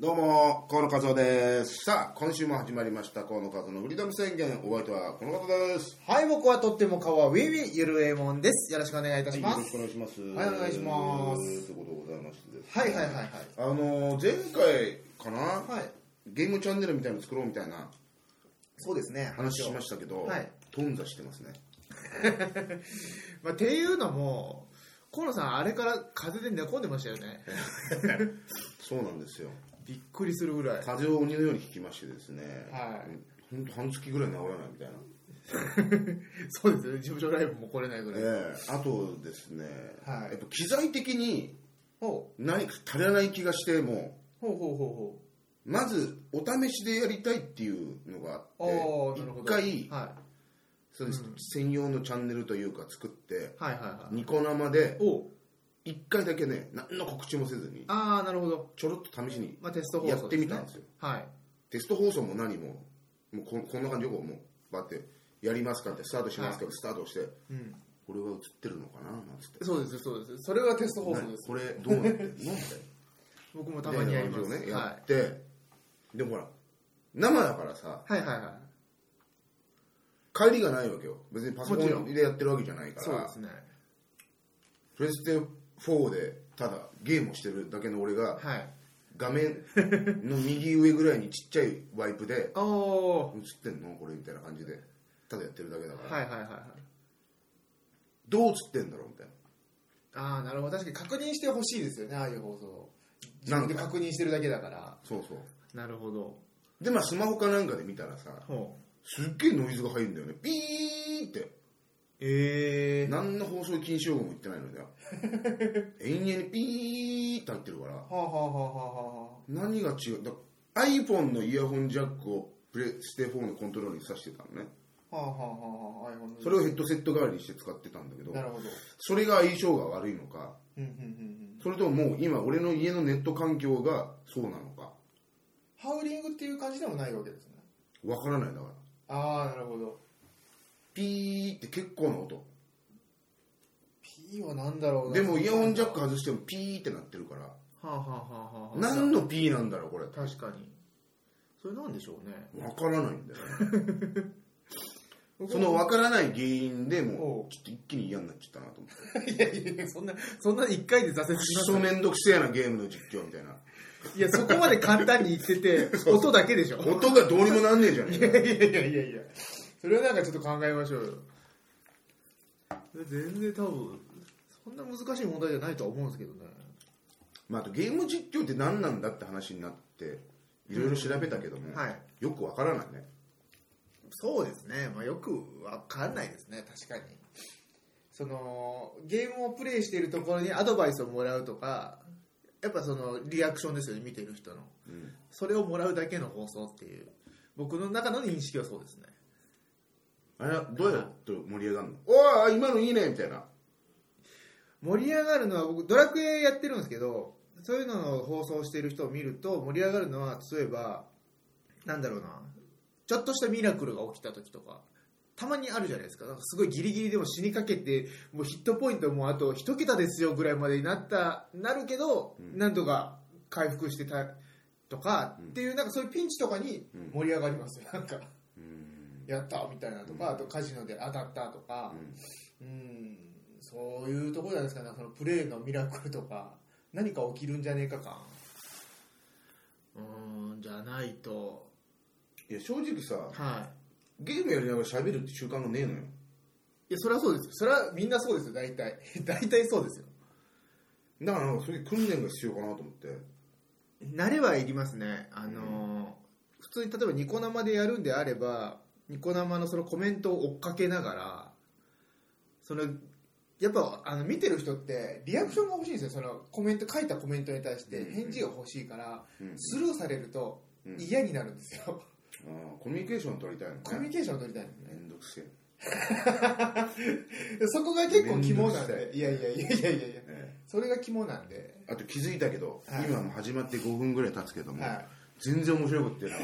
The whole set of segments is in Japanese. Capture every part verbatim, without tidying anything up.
どうも河野和夫です。さあ今週も始まりました河野和夫のフリーダム宣言。お相手はこの方です。 はい、僕はとっても顔はウィンウィンゆるえもんです。よろしくお願いいたします。 はい、よろしくお願いします。 はい、お願いします。 ということでございましてですね、 はいはいはいはい。 あの前回かな、 はい、 ゲームチャンネルみたいなの作ろうみたいなそうですね、 話しましたけど、 はい、 頓挫してますね。 まあ、っていうのも河野さんあれから風邪で寝込んでましたよね。 そうなんですよ。 びっくりするぐらい風邪を鬼のようにひきましてですね、 はい、 ほんと半月ぐらい治らないみたいな。 そうですよね、事務所ライブも来れないぐらい、 えー、あとですね、 はい、 やっぱ機材的にほう何か足らない気がしてもほうほうほうほうまずお試しでやりたいっていうのがあって一回、はい、そうです、うん、専用のチャンネルというか作って、はいはいはい、ニコ生で一回だけね何の告知もせずにああなるほどちょろっと試しにまあ、テスト放送やってみたんですよ、 はい、 テスト放送も何ももう こ, こんな感じでもうバッてやりますかってスタートしますかってスタートして、うん、これは映ってるのかななんつってそうですそうですそれはテスト放送です。 これどうなってるのって僕もたまにやります、 ね、やって、はい、でもほら生だからさ、 はいはいはい、 帰りがないわけよ。別にパソコンでやってるわけじゃないから。 そうですね。 プレステフォーでただゲームをしてるだけの俺が、はい、画面の右上ぐらいにちっちゃいワイプで映ってんのこれみたいな感じでただやってるだけだから、はいはいはいはい、どう映ってんだろうみたいな。ああなるほど。確かに確認してほしいですよね、ああいう放送。自分で確認してるだけだから。 そうそう。 なるほど。 でまあスマホかなんかで見たらさ、すっげえノイズが入るんだよね。ピーって。えー、何の放送禁止用語も言ってないのだよ。延々にピーって入ってるから。はあはあはあはあ、何が違うだ iPhone のイヤホンジャックをプレステフォーのコントロールに挿してたのね。はあはあはあ、それをヘッドセット代わりにして使ってたんだけど、なるほど。それが相性が悪いのか、うんうんうんうん、それとももう今俺の家のネット環境がそうなのか。 ハウリングっていう感じでもないわけですね。 わからないだから。 ああなるほど。 ピーって結構な音。 ピーはなんだろうな。 でもイヤホンジャック外してもピーってなってるから、はあはあはあはあ、何のピーなんだろうこれ。 確かにそれなんでしょうね。 わからないんだよね。そのわからない原因でもうちょっと一気に嫌になっちゃったなと思って。いやいやそんなそんな一回で挫折します。 クソめんどくせえなゲームの実況みたいな。 いやそこまで簡単に言ってて音だけでしょ。 音がどうにもなんねえじゃん。 いやいやいやいやいや。それはなんかちょっと考えましょうよ。全然多分そんな難しい問題じゃないとは思うんですけどね。 まあ、あとゲーム実況って何なんだって話になっていろいろ調べたけども、うんはい、よくわからないね。 そうですね、まあ、よくわかんないですね。確かにそのゲームをプレイしているところにアドバイスをもらうとかやっぱそのリアクションですよね、見てる人の、うん、それをもらうだけの放送っていう僕の中の認識はそうですね。 あれはどうやって盛り上がるの？おー今のいいねみたいな。 盛り上がるのは僕ドラクエやってるんですけど、そういうのを放送している人を見ると盛り上がるのは例えばなんだろうな、ちょっとしたミラクルが起きた時とかたまにあるじゃないですか。なんかすごいギリギリでも死にかけてもうヒットポイントもあと一桁ですよぐらいまでになったなるけど、うん、なんとか回復してたとか、うん、っていうなんかそういうピンチとかに盛り上がりますよ、うん、なんか、うん、やったみたいなとか、あとカジノで当たったとか、うん、うんそういうところじゃないですかね。そのプレーのミラクルとか何か起きるんじゃねえか感。うーんじゃないと。 いや正直さ、はい、ゲームやりながら喋るって習慣がねえのよ。いやそれはそうですよ。それはみんなそうですよ大体。大体そうですよ。 だからそういう訓練が必要かなと思って。 慣れはいりますね。あのーうん、普通に例えばニコ生でやるんであればニコ生のそのコメントを追っかけながらそのやっぱあの見てる人ってリアクションが欲しいんですよ。そのコメント書いたコメントに対して返事が欲しいから、うんうん、スルーされると嫌になるんですよ、うん、 あコミュニケーション取りたいのね。 コミュニケーション取りたいのね。 めんどくせえそこが結構肝なんで。いやいやいやいやいやいや、ええ、それが肝なんで。 あと気づいたけど、はい、今もう始まってごふんぐらい経つけども、はい、全然面白いこと言ってない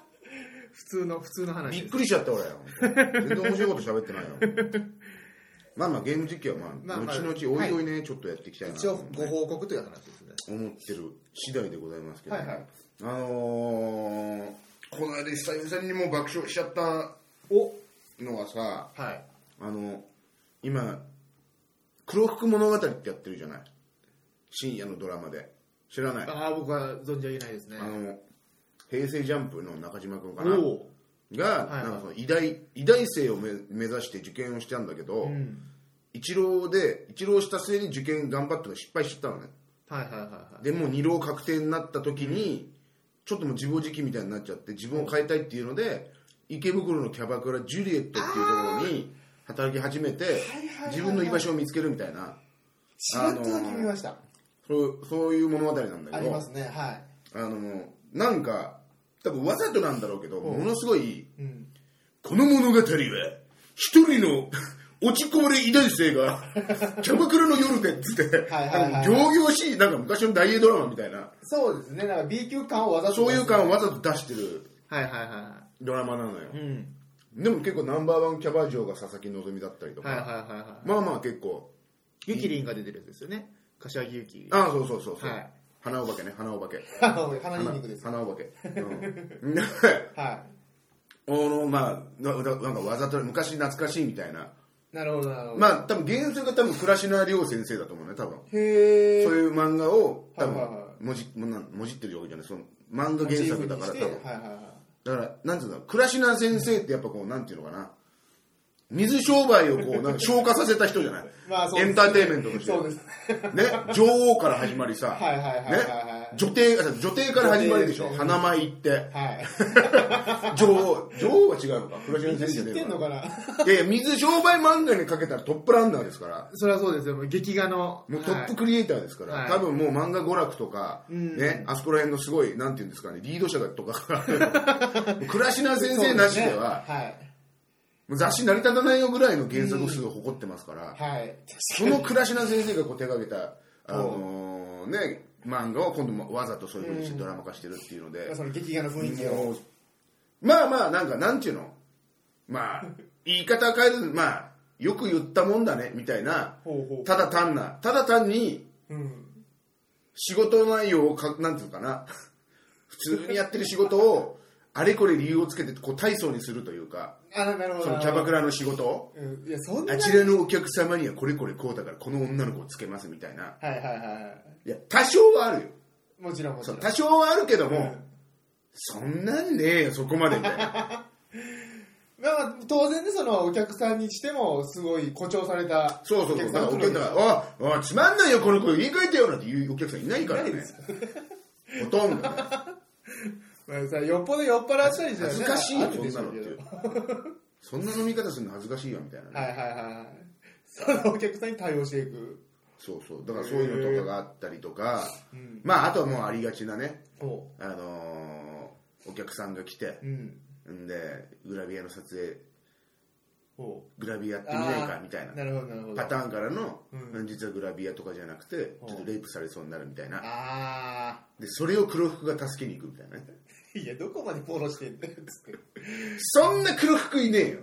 普通の普通の話。 びっくりしちゃった俺。全然面白いこと喋ってないよ。 まあまあゲーム実況はまあ、まあまあ、後々おいおいね、はい、ちょっとやっていきたいな、 一応ご報告という話ですね。 思ってる次第でございますけど、ね、 はいはい、 あのー、この間久々にもう爆笑しちゃったのがさ、 はい、 あの今黒服物語ってやってるじゃない、深夜のドラマで。知らない？ ああ、僕は存じ上げないですね。 あの平成ジャンプの中島君かなが、はいはい、なんかその医大医大生を目指して受験をしたんだけど、うん、一浪で一浪した末に受験頑張ったら失敗しちゃったのね。 はいはいはいはい。 でもう二浪確定になった時に、うん、ちょっともう自暴自棄みたいになっちゃって自分を変えたいっていうので、うん、池袋のキャバクラジュリエットっていうところに働き始めて、自分の居場所を見つけるみたいな。 ちらっとだけ見ました。 そう、そういう物語なんだけど。 ありますね、はい。 あのなんか多分わざとなんだろうけど、ものすごい、うん、この物語は一人の落ちこぼれ医大生がキャバクラの夜でっつって仰々しいなんか昔の大英ドラマみたいな。 そうですね、なんか B 級感をわざとそういう感をわざと出してるはいはいはいドラマなのよ、 うん、 でも結構ナンバーワンキャバ嬢が佐々木希だったりとか、 はいはいはいはい、 まあまあ結構ゆきりんが出てるやつですよね、柏木ゆき。 ああそうそうそうそう、 はい、 花お化けね、花お化け花にんにくです、 花お化け、うん、 はい、 あのまあなんかわざと昔懐かしいみたいな。 なるほどなるほど。 まあ多分原作が多分倉科亮先生だと思うね、多分。へえ。そういう漫画を多分文字文字ってるわけじゃない、その漫画原作だから多分。はいはいはい。だからなんつうの、倉科先生ってやっぱこうなんていうのかな、水商売をこうなんか消化させた人じゃない。まあそうですね、エンターテインメントとして。そうですね。ね、女王から始まりさ、はいはいはいはい、ね、女帝女帝から始まりでしょ。花舞行って、はい、女王女王は違うのか。倉科先生知ってんのかな。 いや水商売漫画にかけたらトップランナーですから。 それはそうですよ。劇画のもうトップクリエイターですから。はい、多分もう漫画娯楽とか、うん、ね、あそこら辺のすごいなんていうんですかね、リード者とか倉科先生なしでは。ね、はい、雑誌成り立たないよぐらいの原作数を誇ってますから、うん、はい、その倉科先生がこう手掛けた、あのー、ね、漫画を今度もわざとそういう風にしてドラマ化してるっていうので、 うん、その劇画の雰囲気をまあまあなんかなんちゅうの、まあ言い方変える、まあよく言ったもんだねみたいな、ほうほう、ただ単なただ単に仕事内容をかなんていうかな普通にやってる仕事をあれこれ理由をつけてこう大層にするというか、 あ、なるほど、 そのキャバクラの仕事を、うん、いやそんなあちらのお客様にはこれこれこうだからこの女の子をつけますみたいな、はいはいはいはい、いや多少はあるよ、 もちろんもちろん多少はあるけども、うん、そんなんねえよそこまでみたいなまあ当然ね、そのお客さんにしてもすごい誇張された、 そうそうそう、だからお客さんが「ああつまんないよこの子家帰ってよ」なんて言うお客さんいないからねほとんどねまあ、さよっぽど酔っ払ったりじゃね、 恥ずかしいよそんなのっていうそんな飲み方するの恥ずかしいわみたいな、 ね、はいはいはい、そのお客さんに対応していく、 そうそう、だからそういうのとかがあったりとか、うん、まああとはもうありがちなね、あのー、お客さんが来て、うん、んでグラビアの撮影グラビアやってみないかみたいなパターンからの、うん、実はグラビアとかじゃなくてちょっとレイプされそうになるみたいな、あでそれを黒服が助けに行くみたいなねいやどこまでフォローしてんだよそんな黒服いねえよ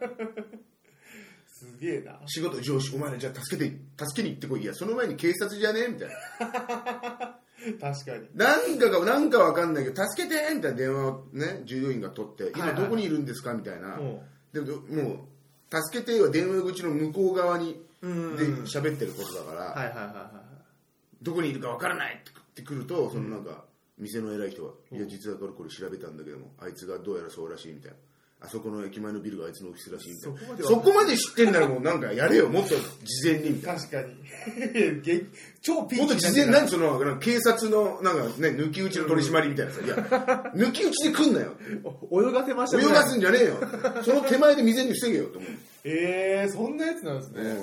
すげえな、 仕事上司お前らじゃあ助けて助けに行ってこい、いやその前に警察じゃねえみたいな確かになんかがなんかわかんないけど助けてみたいな電話をね従業員が取って今どこにいるんですかみたいな、でももう助けては電話口の向こう側にで喋ってることだから、はいはいはいはい、どこにいるかわからないってくると、そのなんか店の偉い人は、いや実はこれこれ調べたんだけどもあいつがどうやらそうらしいみたいな、あそこの駅前のビルがあいつのオフィスらしいみたいな、そこまで、そこまで知ってんならもうなんかやれよもっと事前にみたいな、 確かに超ピンチもっと事前に何その警察のなんかね抜き打ちの取り締まりみたいなさ、いや抜き打ちで来んなよ泳がせましたね、 泳がすんじゃねえよその手前で未然に防げよと思うえー、そんなやつなんですね、うん、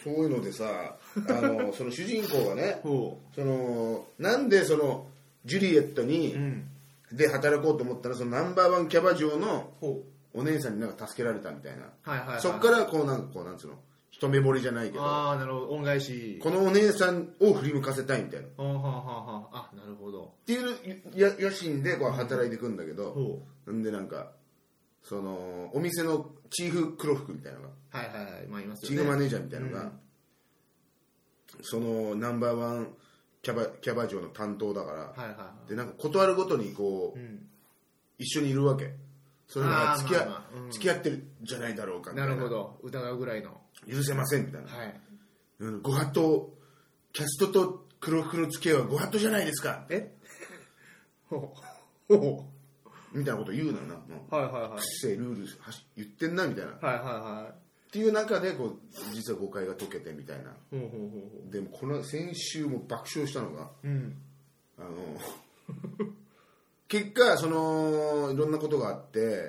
そういうのでさ、あのその主人公がねそのなんでそのジュリエットに、うん、で働こうと思ったらそのナンバーワンキャバ嬢のお姉さんになんか助けられたみたいな、はいはいはい、そっからこうなんかこうなんつうの一目惚れじゃないけど、 ああなるほど、恩返し、 このお姉さんを振り向かせたいみたいな、 はあはあはあ、あなるほどっていうや野心でこう働いていくんだけど、うん、んでなんかそのお店のチーフ黒服みたいなのが、 はいはいはい、まあいますよね、 チーフマネージャーみたいなのが、うん、そのナンバーワンキャバキャバ嬢の担当だから、はいはいはい、でなんか断るごとにこう、うん、一緒にいるわけ。それが付き合、まあまあうん、付き合ってるんじゃないだろうかみたいな。 なるほど、疑うぐらいの許せませんみたいな、はい、うん、ご法度キャストと黒服の付き合いはご法度じゃないですか、えほうほうみたいなこと言うのよな、はいはいはい、癖ルール言ってんなみたいな、はいはいはい、っていう中でこう実は誤解が解けてみたいな、ほうほうほうほう、でもこの先週も爆笑したのが、うん、あの結果そのいろんなことがあって、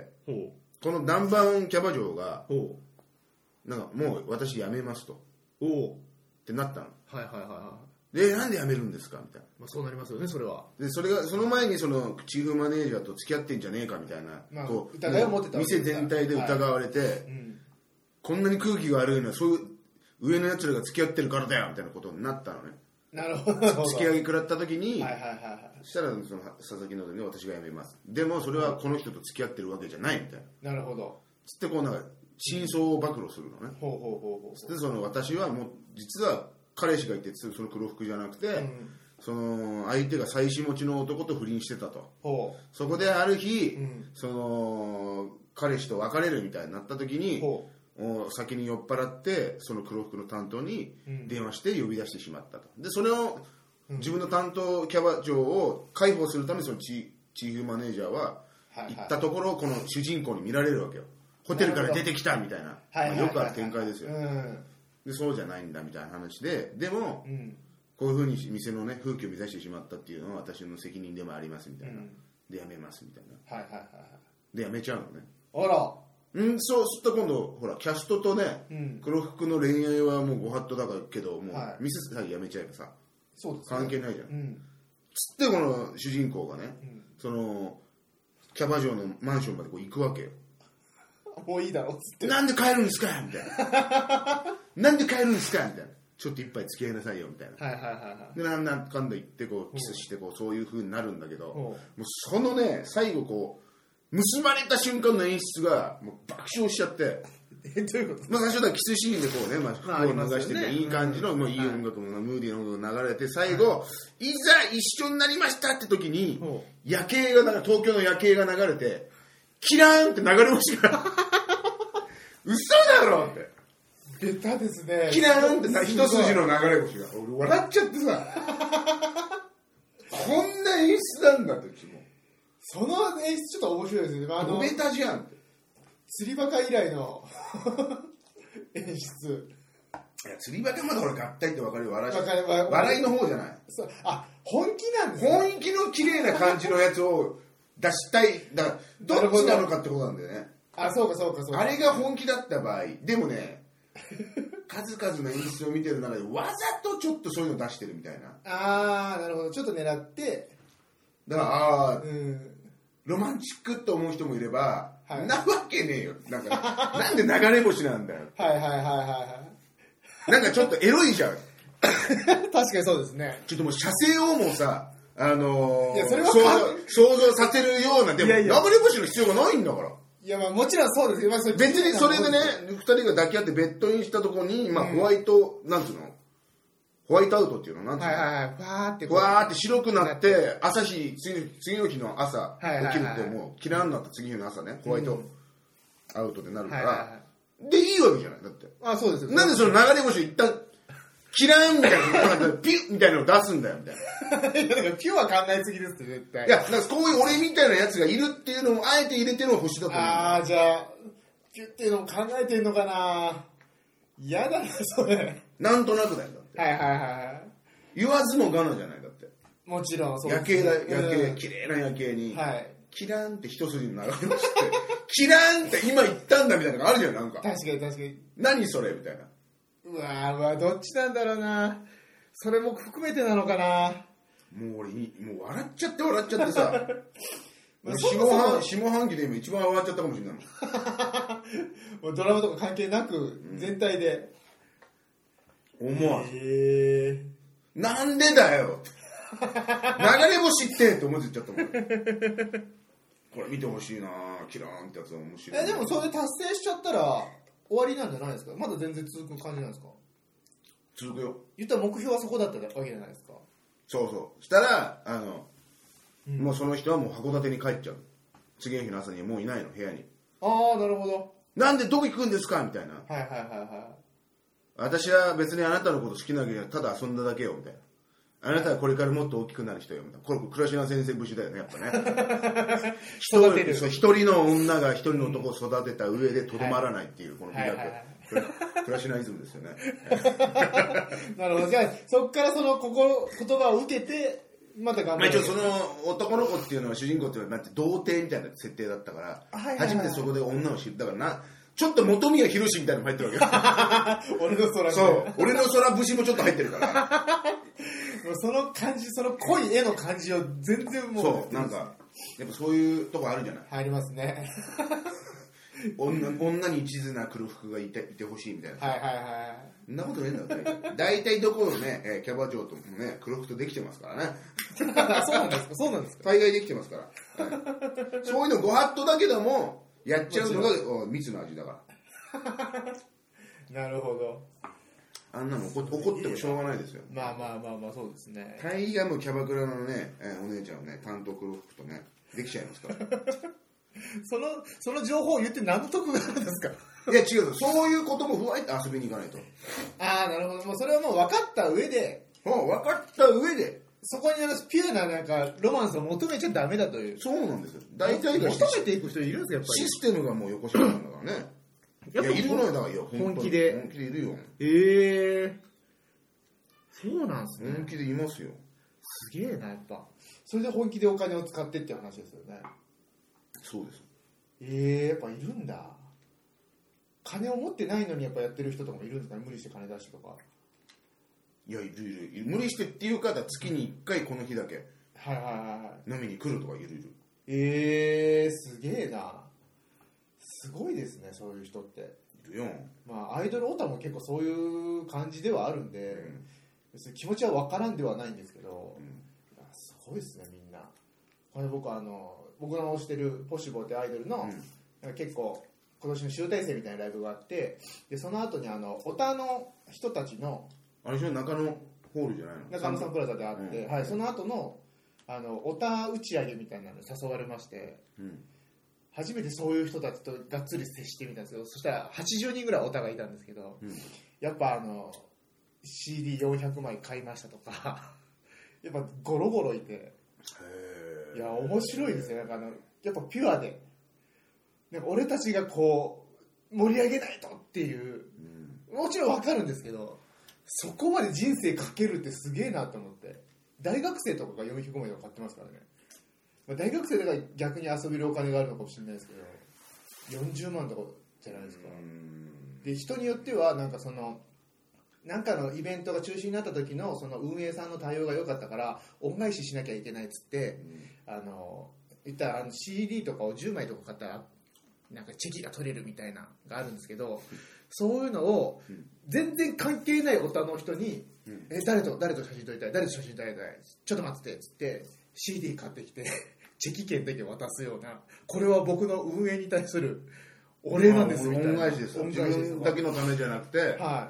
ほう、このナンバーワンキャバ嬢がほうなんかもう私辞めますと、おってなったの、はいはいはいはい、でなんで辞めるんですかみたいな、 まあ、そうなりますよねそれは。 でそれがその前にそのチーフマネージャーと付き合ってんじゃねえかみたいな、まあ、こう疑いを持ってた店全体で疑われて、はい、うん、こんなに空気が悪いのはそういう上のやつらが付き合ってるからだよみたいなことになったのね。なるほど。突き上げ食らった時に、はいはいはいはい、そしたらその佐々木ので私が辞めます。でもそれはこの人と付き合ってるわけじゃないみたいな。なるほど。つってこうなんか真相を暴露するのね。ほうほうほうほう。でその私はもう実は彼氏がいてその黒服じゃなくて、うん、その相手が妻子持ちの男と不倫してたと。ほう。そこである日、うん、その彼氏と別れるみたいになった時に。ほう、先に酔っ払ってその黒服の担当に電話して呼び出してしまったと。でそれを自分の担当キャバ嬢を介抱するためにそのチーフマネージャーは行ったところをこの主人公に見られるわけよ。ホテルから出てきたみたいな、まあ、よくある展開ですよ。でそうじゃないんだみたいな話で、でも、うん、こういうふうに店のね風紀を乱してしまったっていうのは私の責任でもありますみたいな、うん、で辞めますみたいな、はいはいはい、で辞めちゃうのね。あら、うん、そうすると今度ほらキャストとね、うん、黒服の恋愛はもうご法度だからけどもう、はい、店さえやめちゃえばさ、そうです、ね、関係ないじゃん、うん、つってこの主人公がね、うん、そのキャバ嬢のマンションまでこう行くわけよ。もういいだろっつって、なんで帰るんですかみたいななんで帰るんですかみたいな、ちょっと一杯付き合いなさいよみたいな、はいはいはいはい、でなんなんかんだ言ってこうキスしてこうそういう風になるんだけど、もうそのね最後こう結ばれた瞬間の演出がもう爆笑しちゃって。えどういうこと？まあ最初はキスシーンでこうね、まあ、服を脱がしてて、いい感じの、もういい音楽もムーディーな音楽が流れて、最後、いざ一緒になりましたって時に夜景がなんか東京の夜景が流れてキラーンって流れ星が嘘だろって。ベタですね。キラーンって一筋の流れ星が俺笑っちゃってさこんな演出なんだって気も。その演出ちょっと面白いですね。あのベタじゃんって。釣りバカ以来の演出。いや釣りバカまだ俺合体って分かるよ。笑い笑いの方じゃない。そうあ本気なんですね。本気の綺麗な感じのやつを出したい。だからどっちなのかってことなんだよね。あそうかそうかそうか。あれが本気だった場合でもね数々の演出を見てる中でわざとちょっとそういうの出してるみたいな。ああなるほど。ちょっと狙ってだからああ、うん、ロマンチックと思う人もいれば、はい、なわけねえよ。なんかなんで流れ星なんだよ。はいはいはいはいはい。なんかちょっとエロいじゃん。確かにそうですね。ちょっともう射精をもさ、あのー、いやそれは想像させるようなでもいやいや流れ星の必要がないんだから。いやまあもちろんそうですよ。まあ、別にそれでねふたりが抱き合ってベッドインしたところに、まあ、ホワイト、うん、なんつうのホワイトアウトっていうのなんていうの、はいはいはい、ふわーってふわーって白くなって朝日次次の日の朝起きるともうキラーになった次の日の朝ねホワイトアウトでなるから、うんはいはいはい、でいいわけじゃないだってあそうですよ。なんでその流れ星一旦キラーンみたいなピュッみたいなのを出すんだよみたいな。いやだからピュは考えすぎですって絶対。いやだからこういう俺みたいなやつがいるっていうのをあえて入れての星だと思う。ああじゃあピュっていうのも考えてんのかな。嫌だなそれ。なんとなくだよ。はいはいはいはい。言わずもがなじゃないだって。もちろんそうです、ね。夜景だ夜景、うん、綺麗な夜景に、はい、キランって一筋の流れ星ってキランって今言ったんだみたいなのがあるじゃんなんか。確かに確かに。何それみたいな。うわーうわどっちなんだろうな。それも含めてなのかな。もう俺もう笑っちゃって笑っちゃってさ。まあ、下半下半期で今一番笑っちゃったかもしれないもん。ドラマとか関係なく全体で。うん思わず、えー、なんでだよ流れ星ってって思っちゃったもんこれ見てほしいなキラーンってやつは面白い。 えでもそれ達成しちゃったら終わりなんじゃないですか？まだ全然続く感じなんですか？ 続くよ。 言ったら目標はそこだったわけじゃないですか。 そうそうしたらあの、うん、もうその人はもう函館に帰っちゃう。次の日の朝にはもういないの部屋に。 ああなるほど。 なんでどこ行くんですかみたいな。 はいはいはいはい。 私は別にあなたのこと好きなわけじゃただ遊んだだけよみたいな。あなたはこれからもっと大きくなる人よみたいな。これ倉島先生節だよねやっぱね。一人そう一人の女が一人の男を育てた上でとどまらないっていう、うん、この美学、はいはいはい、クラシナイズムですよね。 なるほど。じゃあそこからその心言葉を受けてまた頑張る。 まあ、一応その男の子っていうのは主人公っていうのは童貞みたいな設定だったから、はいはいはい、初めてそこで女を知る。だからなちょっと本宮宏みたいなのも入ってるわけよ。俺の空そう俺の空節もちょっと入ってるから。 もうその感じその濃い絵の感じを全然もうそうなんかやっぱそういうとこあるじゃない。 入りますね。 女, 女に一途な黒服がいていてほしいみたいな。 はいはいはい。 そんなことねえんだよ。大体どこのね、えー、キャバ嬢ともね黒服とできてますからね。 そうなんですか。そうなんですか。 大概できてますから。はい、そういうのご法度だけどもやっちゃうのが蜜の味だから。 なるほど。 あんなの怒ってもしょうがないですよ。 まあまあまあまあそうですね。 大概もキャバクラのね、えー、お姉ちゃんをね担当黒服とねできちゃいますから。 そのその情報を言って何の得があるんですか？ いや違う、そういうことも踏まえて遊びに行かないと。 ああなるほど。もうそれはもう分かった上で。 もう分かった上で。 そこにあのピュアななんかロマンスを求めちゃダメだという。 そうなんですよ。大体が求めていく人いるんですよやっぱり。 システムがもう横島なんだからね。いやいるのよだからよ本気で。 本気でいるよ。 ええー、そうなんですね。 本気でいますよ。 すげえなやっぱ。それで本気でお金を使ってっていう話ですよね。 そうです。 ええー、やっぱいるんだ。金を持ってないのにやっぱやってる人とかもいるんですかね。無理して金出してとか。 いやいるいる。無理してっていうか月にいっかいこの日だけはいはいはい飲みに来るとかいるいる。 ええー、すげえな。すごいですねそういう人って。 いるよ。 まあアイドルオタも結構そういう感じではあるんで、うん、別に気持ちは分からんではないんですけど、うん、すごいですねみんな。これ僕あの僕の推してるポシボーってアイドルの、うん、結構今年の集大成みたいなライブがあって、でその後にあのオタの人たちのあれじゃ中野ホールじゃないの？ 中野サンプラザであって、うん、はい、その後のあのオタ打ち上げみたいなのに誘われまして、うん、初めてそういう人たちとがっつり接してみたんですけど、そしたらはちじゅうにんぐらいオタがいたんですけど、うん、やっぱあの シーディーよんひゃくまい買いましたとかやっぱゴロゴロいて、いや面白いですよ。なんかあのやっぱピュアで、なんか俺たちがこう盛り上げないとっていう、うん、もちろん分かるんですけど、そこまで人生かけるってすげえなと思って。大学生とかがよんひゃくまいとか買ってますからね。まあ、大学生だから逆に遊べるお金があるのかもしれないですけど、よんじゅうまんとかじゃないですか。で人によってはなんかそのなんかのイベントが中止になった時のその運営さんの対応が良かったから恩返ししなきゃいけないっつって、うん、あの言ったらあの シーディー とかをじゅうまいとか買ったらなんかチェキが取れるみたいなのがあるんですけど、そういうのを全然関係ないオタの人に、うん、え誰と誰と写真撮りたい誰と写真撮りたいちょっと待ってっつって シーディー 買ってきてチェキ券だけ渡すような、これは僕の運営に対するお礼なんですみたいな。 恩返しですよ。自分だけのためじゃなくて、はい、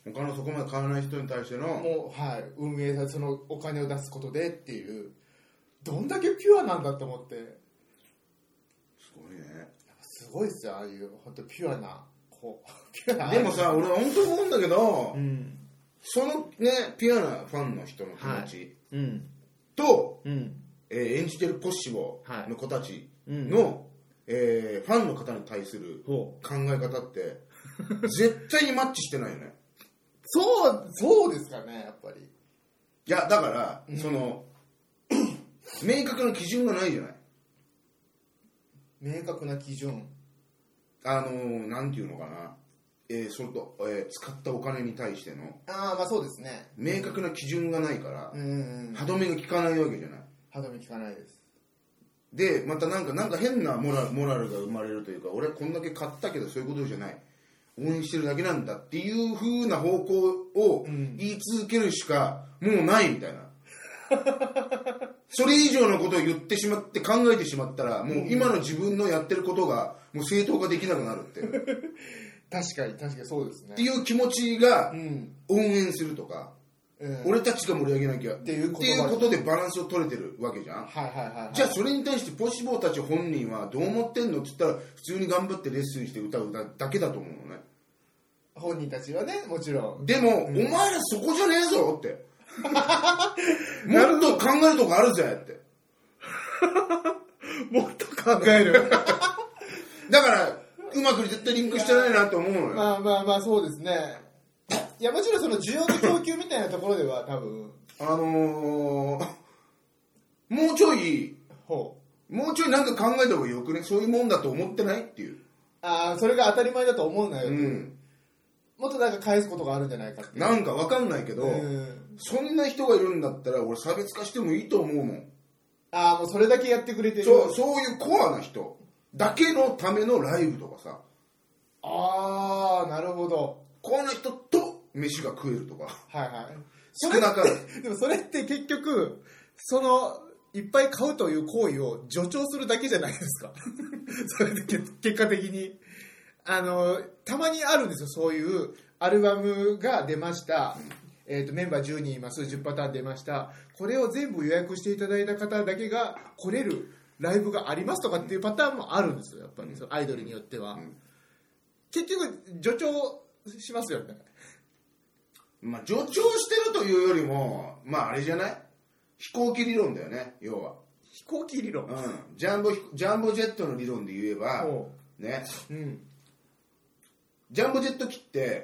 他のそこまで買わない人に対してのもう、はい、運営さそのお金を出すことでっていう、どんだけピュアなんだと思って。 すごいね。 すごいですよ、ああいう本当ピュアな子。 でもさ、俺は本当思うんだけど、うん、そのねピュアなファンの人の気持ち、はいうん、と、うんえー、演じてるポッシボーの子たちの、はいうんえー、ファンの方に対する考え方って絶対にマッチしてないよね。 そうそうですかね、やっぱり。 いやだから、うん、その明確な基準がないじゃない。 明確な基準、 あのー、なんていうのかな、えー、それと、えー、使ったお金に対してのああまあそうですね、 明確な基準がないから、うんうんうん、歯止めが効かないわけじゃない。 歯止め効かないです。 でまたなんかなんか変なモラル、モラルが生まれるというか、俺はこんだけ買ったけどそういうことじゃない、応援してるだけなんだっていう風な方向を言い続けるしかもうないみたいな。 それ以上のことを言ってしまって考えてしまったら、もう今の自分のやってることがもう正当化できなくなるって確かに確かにそうですねっていう気持ちが応援するとか、うん、俺たちが盛り上げなきゃっていうことでバランスを取れてるわけじゃん、 はいはいはいはい、 じゃあそれに対してポシボーたち本人はどう思ってんのって言ったら普通に頑張ってレッスンして歌うだけだと思うのね。 本人たちはね、もちろん。 でも、うん、お前らそこじゃねえぞってもっと考えるとこあるぜってもっと考えるだからうまく絶対リンクしてないなと思うのよ。 まあまあまあそうですね。いやもちろんその需要と供給みたいなところでは多分あのー、もうちょいほうもうちょいなんか考えた方がよくね、そういうもんだと思ってないっていう。 ああ、それが当たり前だと思うなよ、うん、もっとなんか返すことがあるんじゃないかっていう。 なんかわかんないけど、そんな人がいるんだったら俺差別化してもいいと思うもん。 ああ、もうそれだけやってくれてる。 そう、そういうコアな人だけのためのライブとかさ。 ああ、なるほど。 コアな人と飯が食えるとか。 はいはい。 少なからず。 でもそれって結局そのいっぱい買うという行為を助長するだけじゃないですかそれで結果的にあのたまにあるんですよ、そういうアルバムが出ました、うん、えーと、メンバーじゅうにんいます、じゅうパターン出ました、これを全部予約していただいた方だけが来れるライブがありますとかっていうパターンもあるんですよ、やっぱり、うん、そのアイドルによっては、うん、結局助長しますよね。 まあ助長してるというよりも、まああれじゃない、飛行機理論だよね、要は。 飛行機理論、うん、 ジャンボジャンボジェットの理論で言えばね、うん、ジャンボジェット機って、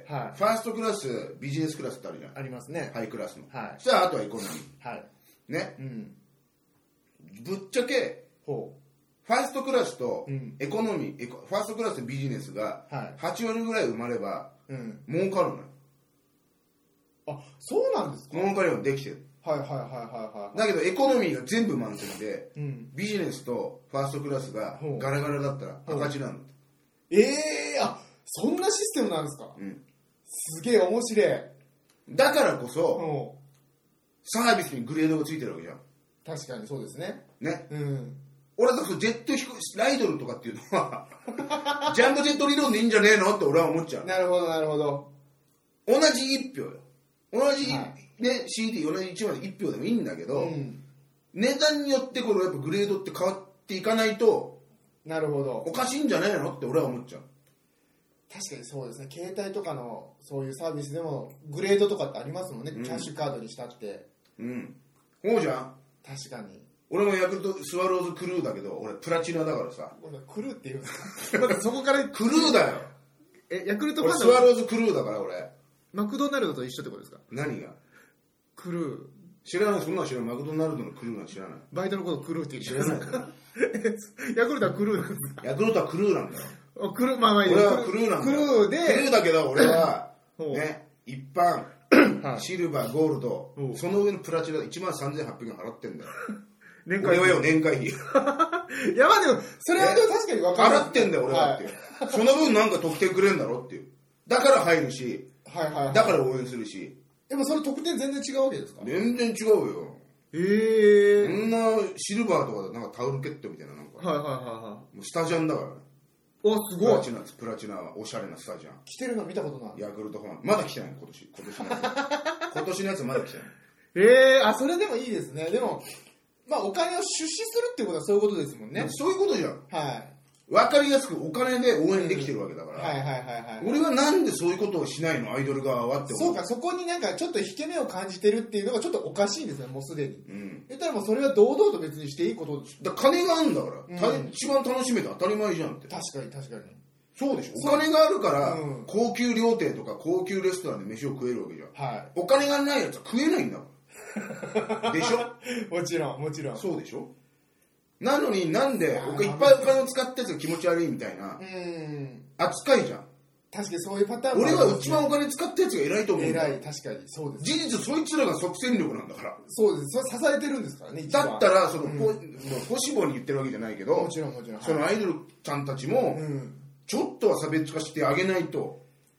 はい、ファーストクラス、ビジネスクラスってあるじゃん。 ありますね。 ハイクラスの。 はい、 そしたらあとはエコノミー。 はい、 ね、うん。ぶっちゃけ、ほうファーストクラスとエコノミー、うん、エコファーストクラスとビジネスがはち割ぐらい埋まれば、うん、儲かるのよ。 あ、そうなんですか。 儲かりはできてる。 はいはいはいはいはい。 だけどエコノミーが全部満席で、うん、ビジネスとファーストクラスがガラガラだったら赤字なの。 ええー、あ、そんなシステムなんですか。うん、すげえ面白い。 だからこそ、サービスにグレードがついてるわけじゃん。 確かにそうですね。 ね。うん。俺だとジェット飛行ライドルとかっていうのはジャンボジェット理論でいいんじゃねえのって俺は思っちゃう。 なるほどなるほど。 同じいっぴょうよ。同じ、はい、ね、シーディー 同じいちまいでいっぴょうでもいいんだけど、うん、値段によってこれやっぱグレードって変わっていかないと、 なるほど、 おかしいんじゃないのって俺は思っちゃう。 確かにそうですね。携帯とかのそういうサービスでもグレードとかってありますもんね、うん、キャッシュカードにしたって。 うん、そうじゃん。 確かに。 俺もヤクルトスワローズクルーだけど、俺プラチナだからさ。 俺クルーって言うんですかまだそこからクルーだよ。 え、ヤクルトファンスワローズクルーだから俺。 マクドナルドと一緒ってことですか。 何がクルー。 知らない。そんなの知らない。マクドナルドのクルーなんて知らない。 バイトのことクルーって言知らないヤクルトはクルーなんですか。 ヤクルトはクルーなんだよ。 クルー、まあまあいい。 俺はクルーなんだよ。 クルーで。 クルーだけど俺はね、一般シルバーゴールド、その上のプラチナいちまんさんぜんはっぴゃくえん払ってんだよ。年会費。俺はよ、年会費。いやまあでもそれはでも確かに分かる。 払ってんだよ俺はっていう、はい、その分なんか得点くれんだろっていう。だから入るし、はいはいはい、だから応援するし。 でもその得点全然違うわけですか。 全然違うよ。 へえ。 こんなシルバーとかなんかタオルケットみたいな、なんかはいはいはいはい、 もうスタジャンだからね。 お、すごい。 プラチナ、プラチナはおしゃれなスタジャン。 着てるの見たことない。 ヤクルトファンまだ来てない。今年今年のやつ今年のやつまだ来てない。 ええー、あ、それでもいいですね。でもまあお金を出資するっていうことはそういうことですもんね。 そういうことじゃん。 はい。 分かりやすくお金で応援できてるわけだから、 うん、はいはいはいはい。 俺はなんでそういうことをしないの、アイドル側はって思う。そうか、そこになんかちょっと引け目を感じてるっていうのがちょっとおかしいんですよ、もうすでに。うん。言ったらもうそれは堂々と別にしていいことだ。金があるんだから、うん、一番楽しめて当たり前じゃんって。 確かに確かに。 そうでしょ。お金があるから、うん、高級料亭とか高級レストランで飯を食えるわけじゃん。はい。お金がないやつは食えないんだからでしょ。 もちろんもちろん。 そうでしょ。なのになんでいっぱいお金を使ったやつが気持ち悪いみたいな扱いじゃん。 確かにそういうパターンも、 ね、俺は一番お金使ったやつが偉いと思うんだ。 偉い、確かにそうです、 ね、事実そいつらが即戦力なんだから。 そうです。それ支えてるんですからね。 だったらその、うん、ポ, ポシボに言ってるわけじゃないけど、 もちろんもちろん、 そのアイドルちゃんたちも、うん、ちょっとは差別化してあげないと。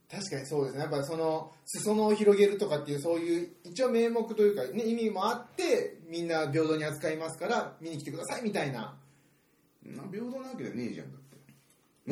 確かにそうですね。やっぱその裾野を広げるとかっていうそういう一応名目というか、ね、意味もあってみんな平等に扱いますから見に来てくださいみたいな。 な平等なわけじゃねえじゃんだって。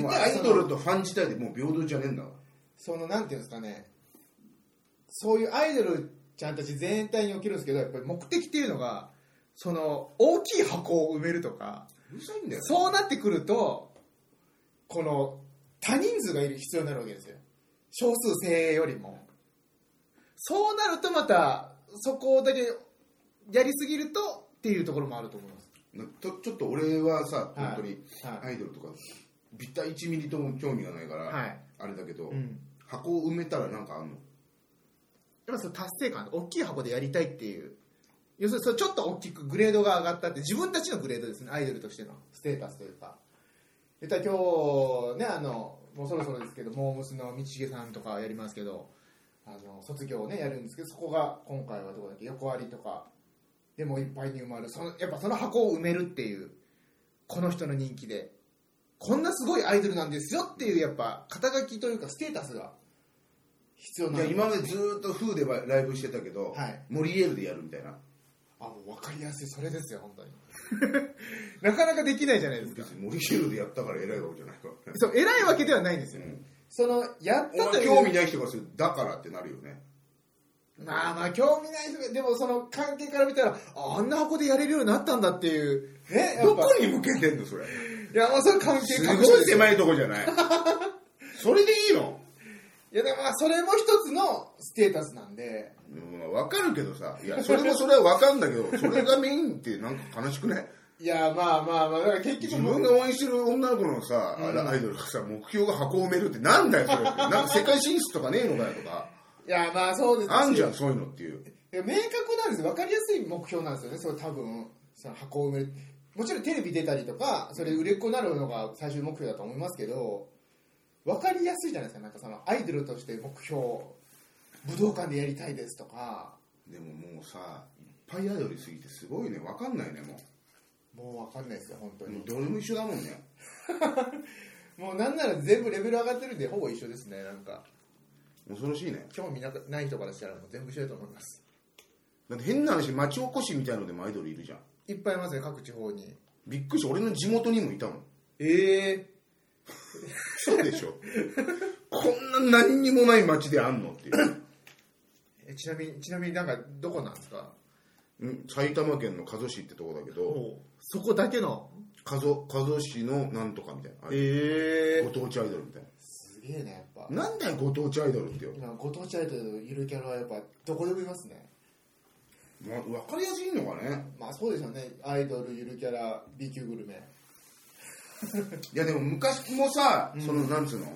もうアイドルとファン自体でもう平等じゃねえんだわ。 そのなんていうんですかね、そういうアイドルちゃんたち全体に起きるんですけど、やっぱり目的っていうのがその大きい箱を埋めるとか、 うるさいんだよ、ね、 そうなってくるとこの多人数がいる必要になるわけですよ。少数精鋭よりも。そうなるとまたそこだけやりすぎるとっていうところもあると思います。 ちょ, ちょっと俺はさ、はい、本当にアイドルとかビタいちミリとも興味がないから、はい、あれだけど、うん、箱を埋めたらなんかあんの？ やっぱその達成感、大きい箱でやりたいっていう、要するにそれちょっと大きくグレードが上がったって自分たちのグレードですね。アイドルとしてのステータスというか。今日ね、あのもうそろそろですけどモームスの道重さんとかやりますけど、あの卒業をねやるんですけど、そこが今回はどこだっけ、横割りとかでもいっぱいに埋まる、そのやっぱその箱を埋めるっていう、この人の人気でこんなすごいアイドルなんですよっていうやっぱ肩書きというかステータスが必要な。 いや今までずっと風でライブしてたけど、はい、モリエールでやるみたいな。 あ、もう分かりやすい、それですよ本当になかなかできないじゃないですか。 モリエールでやったから偉いわけじゃないから、 ね、そう偉いわけではないんですよ、うん、そのやったという興味ない人がするだからってなるよね。 まあまあ興味ない人が、でもその関係から見たら あ, あんな箱でやれるようになったんだっていうね。どこに向けてんのそれ。 いやもうそれ関係すごい狭いとこじゃないそれでいいの？ いやでもまあそれも一つのステータスなんで、 うん、分かるけどさ、いやそれもそれは分かるんだけどそれがメインってなんか悲しくない？ いやまあまあまあ、だから結局自分が応援してる女の子のさ、うん、アイドルがさ目標が箱を埋めるってなんだよそれってなんか世界進出とかねえのかよとかいやまあそうですあんじゃんそういうのっていう。 いや明確なんですよ、分かりやすい目標なんですよね。それ多分その箱を埋める、もちろんテレビ出たりとかそれ売れっ子になるのが最終目標だと思いますけど、分かりやすいじゃないですか。なんかそのアイドルとして目標武道館でやりたいですとか。 でももうさいっぱいアイドルいすぎてすごいね、分かんないね。もうもう分かんないですよ本当に。 もうどれも一緒だもんねもうなんなら全部レベル上がってるんでほぼ一緒ですね。なんか恐ろしいね。 興味ない人からしたらもう全部一緒だと思います。 だって変な話、町おこしみたいのでもアイドルいるじゃん。 いっぱいいますね、各地方に。 びっくりした、俺の地元にもいたもん。 ええー、 そうでしょこんな何にもない町であんのっていうえちなみにちなみになんかどこなんですか？ ん埼玉県の加須市ってとこだけど、 そこだけの加須加須市のなんとかみたいな、 ええー、 ご当地アイドルみたいな。 すげえね、やっぱなんだよご当地アイドルってよ。 今ご当地アイドルいるキャラはやっぱどこでもいますね。 まあ、分かりやすいのかね。 まあそうでしょうね。アイドル、ゆるキャラ、B 級グルメいやでも昔もさ、そのなんつうの、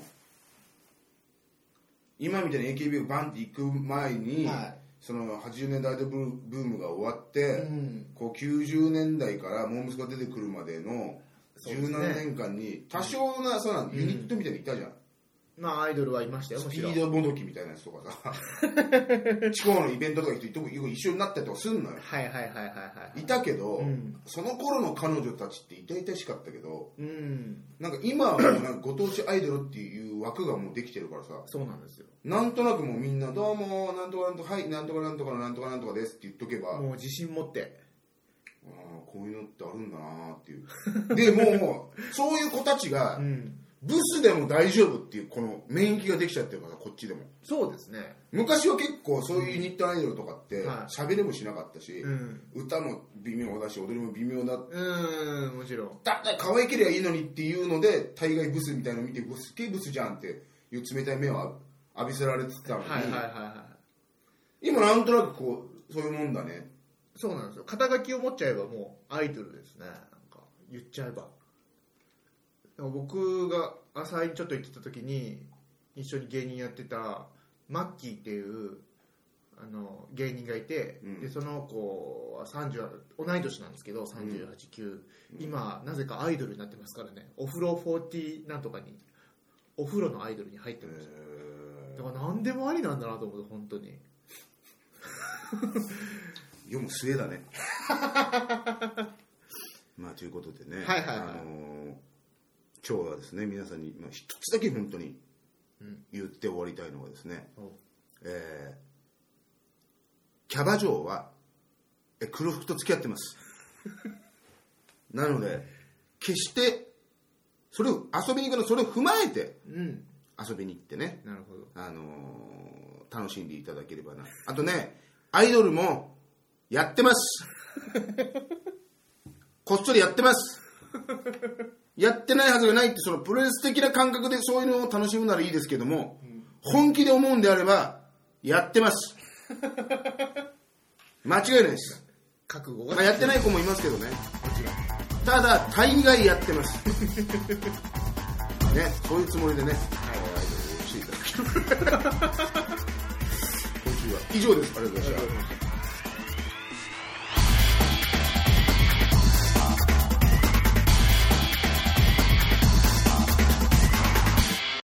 今みたいに エーケービー がバンって行く前に、はい、そのはちじゅうねんだいブームが終わって、うん、こうきゅうじゅうねんだいからモームスが出てくるまでの十何年間に多少なさ、ユニットみたいにいたじゃん、うん、 まあアイドルはいましたよ。 スピードもどきみたいなやつとかさ地方のイベントとか行って一緒になったりとかすんのよ。 はいはいはいはいはいいたけど、うん、その頃の彼女たちって痛々しかったけど、うん、なんか今はもうなんかご当地アイドルっていう枠がもうできてるからさ。 そうなんですよ。 なんとなくもうみんなどうもなんとかなんとかはいなんとかなんとかなんとかなんとかですって言っとけばもう自信持って、 ああこういうのってあるんだなっていうでもうそういう子たちが、うんブスでも大丈夫っていうこの免疫ができちゃってるからこっちでも。 そうですね。 昔は結構そういうユニットアイドルとかって喋れもしなかったし、うん、歌も微妙だし踊りも微妙だ。 うんもちろん。 だだ可愛ければいいのにっていうので大概ブスみたいなの見てブス系ブスじゃんっていう冷たい目を浴びせられてたのに、はいはいはいはい、今なんとなくこうそういうもんだね。 そうなんですよ。肩書きを持っちゃえばもうアイドルですね。なんか言っちゃえば。僕が朝にちょっと行ってた時に一緒に芸人やってたマッキーっていうあの芸人がいて、うん、でその子はさんじゅう同い年なんですけどさんじゅうはち、きゅう、うん、今なぜかアイドルになってますからね。お風呂よんじゅうなんとかにお風呂のアイドルに入ってるんですよ。だから何でもありなんだなと思って本当に読む末だねまあということでね、 はいはいはい、 あのー今日はですね皆さんに、まあ、一つだけ本当に言って終わりたいのがですね、うん、えー、キャバ嬢は黒服と付き合ってますなので決してそれを遊びに行くのそれを踏まえて遊びに行ってね、 なるほど、 あのー、楽しんでいただければな。あとね、アイドルもやってますこっそりやってますやってないはずがないって、そのプロレス的な感覚でそういうのを楽しむならいいですけども、うん、本気で思うんであればやってます間違いないです。 覚悟が、まあ、やってない子もいますけどね。ただ大概やってますね、そういうつもりでね、はい、アイドルをしていただければ今週は以上です。ありがとうございました。